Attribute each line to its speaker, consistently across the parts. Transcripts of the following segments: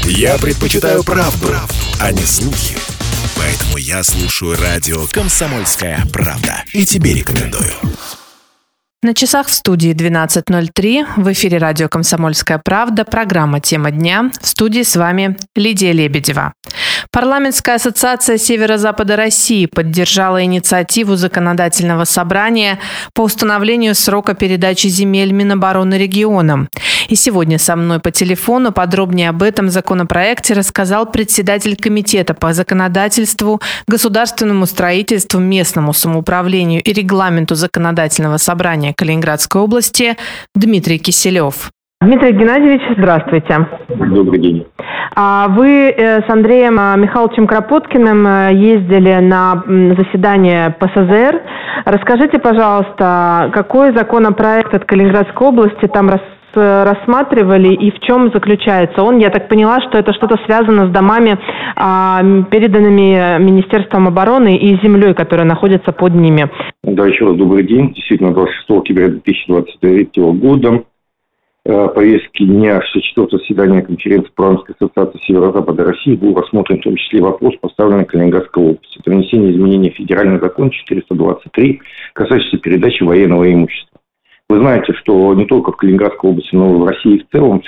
Speaker 1: Я предпочитаю правду, а не слухи. Поэтому я слушаю радио «Комсомольская правда». И тебе рекомендую.
Speaker 2: На часах в студии 12:03. В эфире радио «Комсомольская правда». Программа «Тема дня». В студии с вами Лидия Лебедева. Парламентская ассоциация Северо-Запада России поддержала инициативу Законодательного собрания по установлению срока передачи земель Минобороны регионам. И сегодня со мной по телефону подробнее об этом законопроекте рассказал председатель Комитета по законодательству, государственному строительству, местному самоуправлению и регламенту Законодательного собрания Калининградской области Дмитрий Киселев.
Speaker 3: Дмитрий Геннадьевич, здравствуйте.
Speaker 4: Добрый день.
Speaker 3: Вы с Андреем Михайловичем Кропоткиным ездили на заседание ПСЗР. Расскажите, пожалуйста, какой законопроект от Калининградской области там рассматривали и в чем заключается он? Я так поняла, что это что-то связано с домами, переданными Министерством обороны и землей, которая находится под ними.
Speaker 4: Да, еще раз добрый день. Действительно, 26 октября 2023 года повестки дня 64-го заседания конференции Парламентской ассоциации Северо-Запада России был рассмотрен в том числе вопрос, поставленный Калининградской области. Это внесение изменений в федеральный закон 423, касающийся передачи военного имущества. Вы знаете, что не только в Калининградской области, но и в России в целом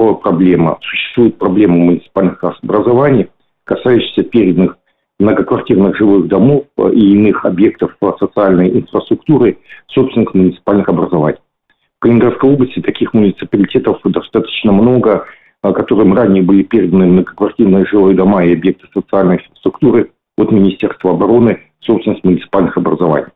Speaker 4: существует проблема муниципальных образований, касающихся переданных многоквартирных жилых домов и иных объектов социальной инфраструктуры собственных муниципальных образований. В Калининградской области таких муниципалитетов достаточно много, которым ранее были переданы многоквартирные жилые дома и объекты социальной инфраструктуры от Министерства обороны в собственность муниципальных образований.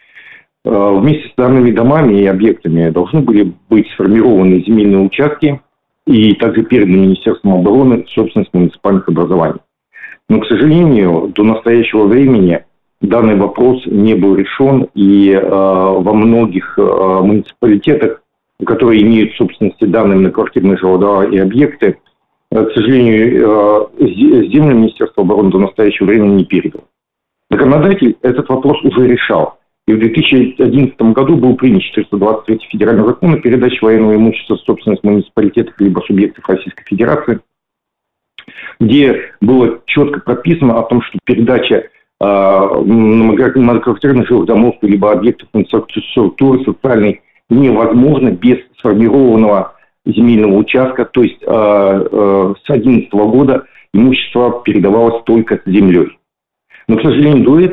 Speaker 4: Вместе с данными домами и объектами должны были быть сформированы земельные участки и также переданы Министерством обороны в собственность муниципальных образований. Но, к сожалению, до настоящего времени данный вопрос не был решен, и во многих муниципалитетах, которые имеют в собственности данные многоквартирные жилые дома и объекты, к сожалению, земли Министерства обороны до настоящего времени не передано. Законодатель этот вопрос уже решал. И в 2011 году был принят 423 федеральный закон о передаче военного имущества в собственность муниципалитетов либо субъектов Российской Федерации, где было четко прописано о том, что передача многоквартирных жилых домов либо объектов инфраструктуры социальной невозможно без сформированного земельного участка, то есть с 2011 года имущество передавалось только с землей. Но, к сожалению, до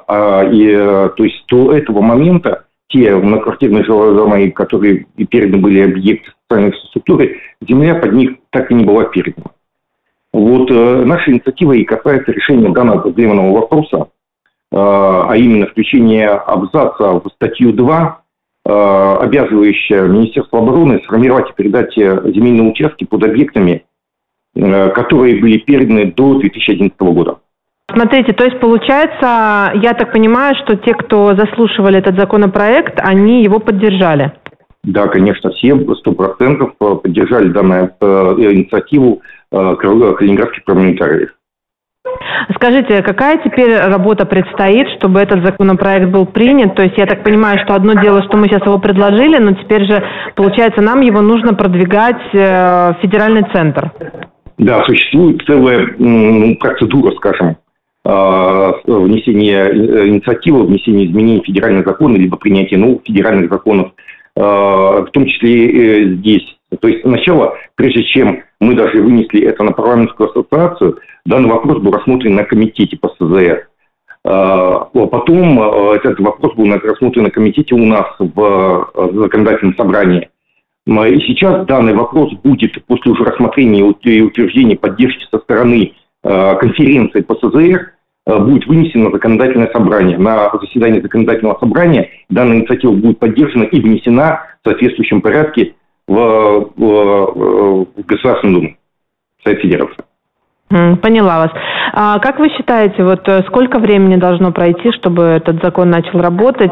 Speaker 4: этого момента те многоквартирные жилые дома, которые переданы были объекты социальной инфраструктуры, земля под них так и не была передана. Вот наша инициатива и касается решения данного проблемного вопроса, а именно включение абзаца в статью 2, обязывающая Министерство обороны сформировать и передать земельные участки под объектами, которые были переданы до 2011 года.
Speaker 3: Смотрите, то есть получается, я так понимаю, что те, кто заслушивали этот законопроект, они его поддержали?
Speaker 4: Да, конечно, все 100% поддержали данную инициативу калининградских парламентариев.
Speaker 3: Скажите, какая теперь работа предстоит, чтобы этот законопроект был принят? То есть я так понимаю, что одно дело, что мы сейчас его предложили, но теперь же, получается, нам его нужно продвигать в федеральный центр.
Speaker 4: Да, существует целая процедура, скажем, внесения инициативы, внесения изменений в федеральный закон, либо принятия новых федеральных законов, в том числе здесь. То есть сначала, прежде чем мы даже вынесли это на парламентскую ассоциацию, данный вопрос был рассмотрен на комитете по СЗР. Потом этот вопрос был рассмотрен на комитете у нас в законодательном собрании. И сейчас данный вопрос будет, после уже рассмотрения и утверждения поддержки со стороны конференции по СЗР, будет вынесен на законодательное собрание. На заседании законодательного собрания данная инициатива будет поддержана и внесена в соответствующем порядке в Государственную Думу, Совет Федерации.
Speaker 3: Поняла вас. Как вы считаете, вот сколько времени должно пройти, чтобы этот закон начал работать?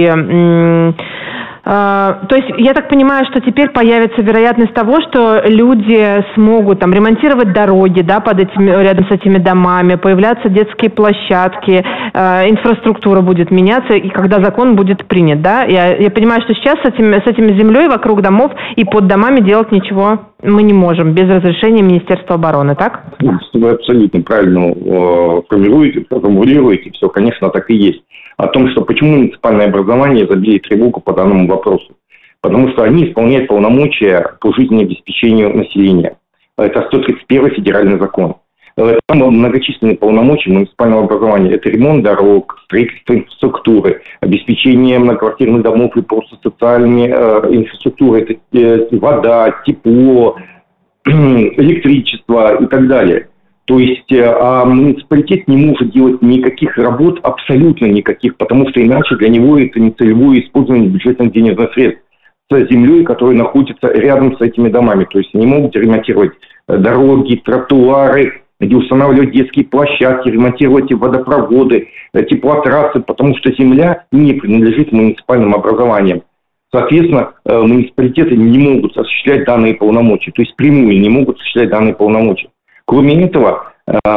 Speaker 3: То есть я так понимаю, что теперь появится вероятность того, что люди смогут там ремонтировать дороги, да, рядом с этими домами, появляться детские площадки, инфраструктура будет меняться, и когда закон будет принят, да? Я понимаю, что сейчас с этими землей вокруг домов и под домами делать ничего Мы не можем без разрешения Министерства обороны, так?
Speaker 4: Вы абсолютно правильно формулируете, все, конечно, так и есть. О том, что почему муниципальное образование забили тревогу по данному вопросу. Потому что они исполняют полномочия по жизнеобеспечению населения. Это 131 федеральный закон. Там многочисленные полномочия муниципального образования. Это ремонт дорог, строительство инфраструктуры, обеспечение многоквартирных домов и просто социальной инфраструктуры. Это вода, тепло, электричество и так далее. То есть муниципалитет не может делать никаких работ, абсолютно никаких, потому что иначе для него это не целевое использование бюджетных денежных средств с землей, которая находится рядом с этими домами. То есть они могут ремонтировать дороги, тротуары, где устанавливать детские площадки, ремонтировать водопроводы, теплотрассы, потому что земля не принадлежит муниципальным образованиям. Соответственно, муниципалитеты не могут осуществлять данные полномочия, то есть прямую не могут осуществлять данные полномочия. Кроме этого,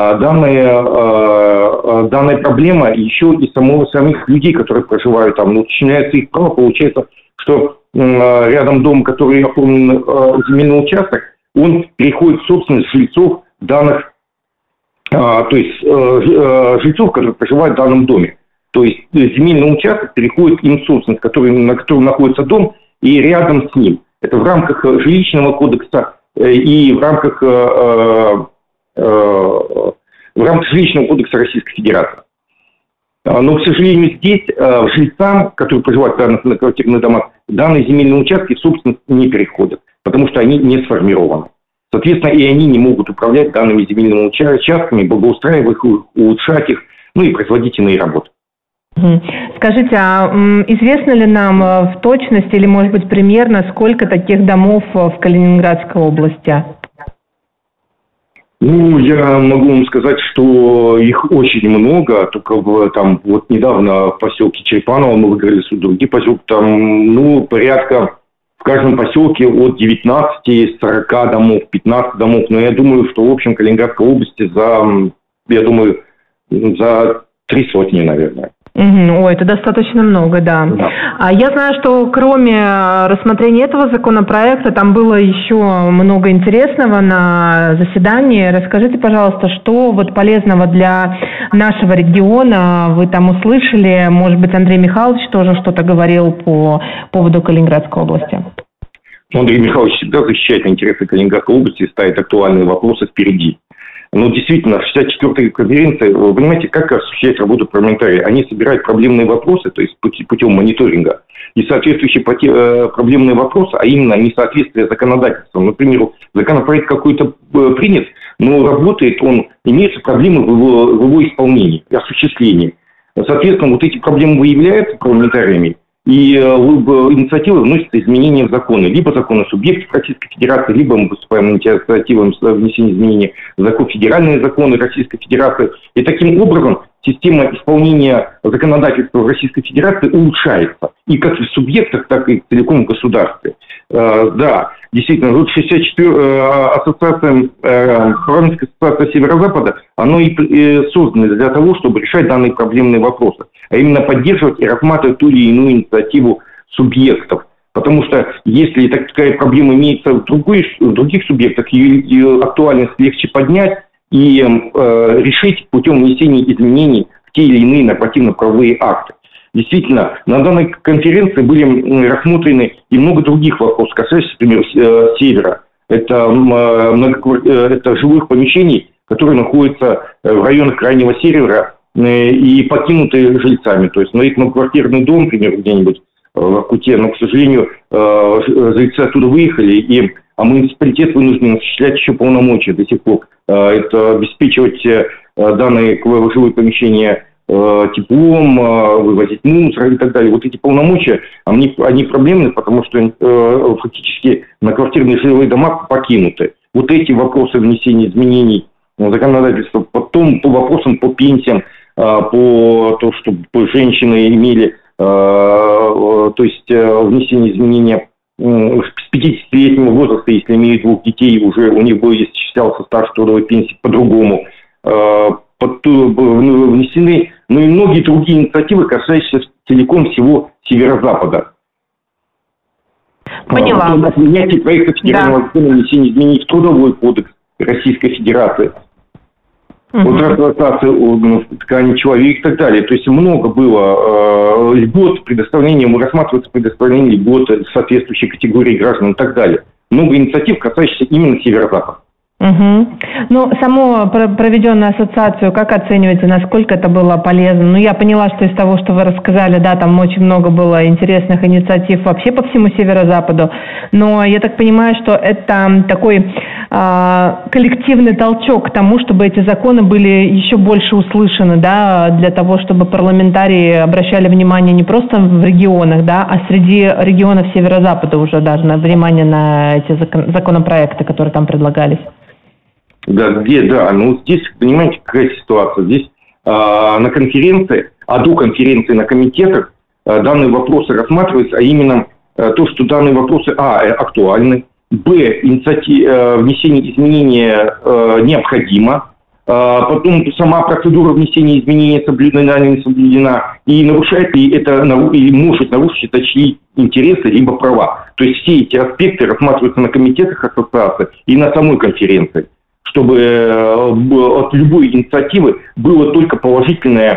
Speaker 4: данная проблема еще и самих людей, которые проживают там, уточняется их право, получается, что рядом дом, который оформлен земельный участок, он переходит в собственность жильцов данных, то есть жильцов, которые проживают в данном доме. То есть земельный участок переходит им в собственность, на котором находится дом, и рядом с ним. Это в рамках жилищного кодекса и в рамках жилищного кодекса Российской Федерации. Но, к сожалению, здесь жильцам, которые проживают в данных многоквартирных домах, данные земельные участки в собственность не переходят, потому что они не сформированы. Соответственно, и они не могут управлять данными земельными участками, благоустраивать их, улучшать их, и производить иные работы.
Speaker 3: Скажите, а известно ли нам в точности или, может быть, примерно, сколько таких домов в Калининградской области?
Speaker 4: Я могу вам сказать, что их очень много, только вот недавно в поселке Черепаново мы выиграли суд, другие поселки, там, порядка в каждом поселке от 19-40 домов, 15 домов, но я думаю, что в общем Калининградской области за 3 сотни, наверное.
Speaker 3: Ой, это достаточно много, да. А я знаю, что кроме рассмотрения этого законопроекта, там было еще много интересного на заседании. Расскажите, пожалуйста, что вот полезного для нашего региона вы там услышали? Может быть, Андрей Михайлович тоже что-то говорил по поводу Калининградской области?
Speaker 4: Андрей Михайлович всегда защищает интересы Калининградской области и ставит актуальные вопросы впереди. Но действительно, 64-я конференция, вы понимаете, как осуществляет работу парламентария? Они собирают проблемные вопросы, то есть путем мониторинга, и соответствующие проблемные вопросы, а именно несоответствие законодательства. Например, законопроект какой-то принят, но работает он, имеются проблемы в его исполнении, осуществлении. Соответственно, вот эти проблемы выявляются парламентариями, и инициативы вносятся изменения в законы. Либо законы субъектов Российской Федерации, либо мы поступаем инициативам внесения изменений в федеральные законы Российской Федерации. И таким образом система исполнения законодательства в Российской Федерации улучшается. И как в субъектах, так и целиком в государстве. Да, действительно, вот 64-я парламентская ассоциация Северо-Запада, оно и создано для того, чтобы решать данные проблемные вопросы. А именно поддерживать и рассматривать ту или иную инициативу субъектов. Потому что если такая проблема имеется в других субъектах, ее актуальность легче поднять и решить путем внесения изменений в те или иные нормативно-правовые акты. Действительно, на данной конференции были рассмотрены и много других вопросов, касающихся, например, севера. Это жилых помещений, которые находятся в районах Крайнего Севера и покинуты жильцами. То есть, их многоквартирный дом, например, где-нибудь в Акуте, но, к сожалению, жильцы оттуда выехали, а муниципалитет вынужден осуществлять еще полномочия до сих пор. Это обеспечивать данные жилые помещения теплом, вывозить мусор и так далее. Вот эти полномочия, они проблемны, потому что фактически многоквартирные жилые дома покинуты. Вот эти вопросы внесения изменений в законодательство, потом по вопросам по пенсиям, по тому, чтобы женщины имели, то есть внесение изменения с 50-летнего возраста, если имеют 2 детей, уже у них будет исчислялся стаж трудовой пенсии по-другому, внесены, и многие другие инициативы, касающиеся целиком всего Северо-Запада.
Speaker 3: Поняла.
Speaker 4: О принятии проекта федерального закона о внесении изменений в Трудовой кодекс Российской Федерации, о трансплантации ткани человека и так далее. То есть много было льгот, рассматривается предоставление льгот соответствующей категории граждан и так далее. Много инициатив, касающихся именно Северо-Запада.
Speaker 3: Ну, саму проведенную ассоциацию, как оцениваете, насколько это было полезно? Ну, я поняла, что из того, что вы рассказали, да, там очень много было интересных инициатив вообще по всему Северо-Западу, но я так понимаю, что это такой коллективный толчок к тому, чтобы эти законы были еще больше услышаны, да, для того, чтобы парламентарии обращали внимание не просто в регионах, да, а среди регионов Северо-Запада уже даже на внимание на эти законопроекты, которые там предлагались.
Speaker 4: Да, здесь, понимаете, какая ситуация. Здесь на конференции, до конференции на комитетах данные вопросы рассматриваются, а именно то, что данные вопросы, актуальны, внесение изменения необходимо, потом сама процедура внесения изменений соблюдена или не соблюдена, и нарушает ли это, или может нарушить это чьи интересы, либо права. То есть все эти аспекты рассматриваются на комитетах ассоциации и на самой конференции, чтобы от любой инициативы было только положительный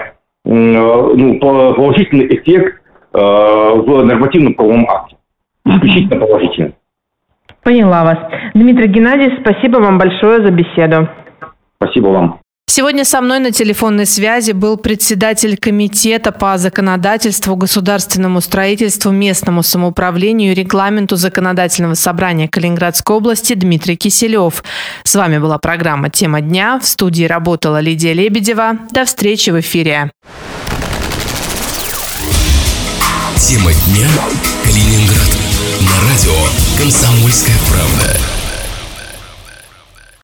Speaker 4: эффект в нормативно-правовом акте. Исключительно положительный.
Speaker 3: Поняла вас. Дмитрий Геннадьевич, спасибо вам большое за беседу.
Speaker 4: Спасибо вам.
Speaker 2: Сегодня со мной на телефонной связи был председатель комитета по законодательству, государственному строительству, местному самоуправлению и регламенту законодательного собрания Калининградской области Дмитрий Киселев. С вами была программа «Тема дня». В студии работала Лидия Лебедева. До встречи в эфире.
Speaker 1: Тема дня. Калининград. На радио «Комсомольская правда».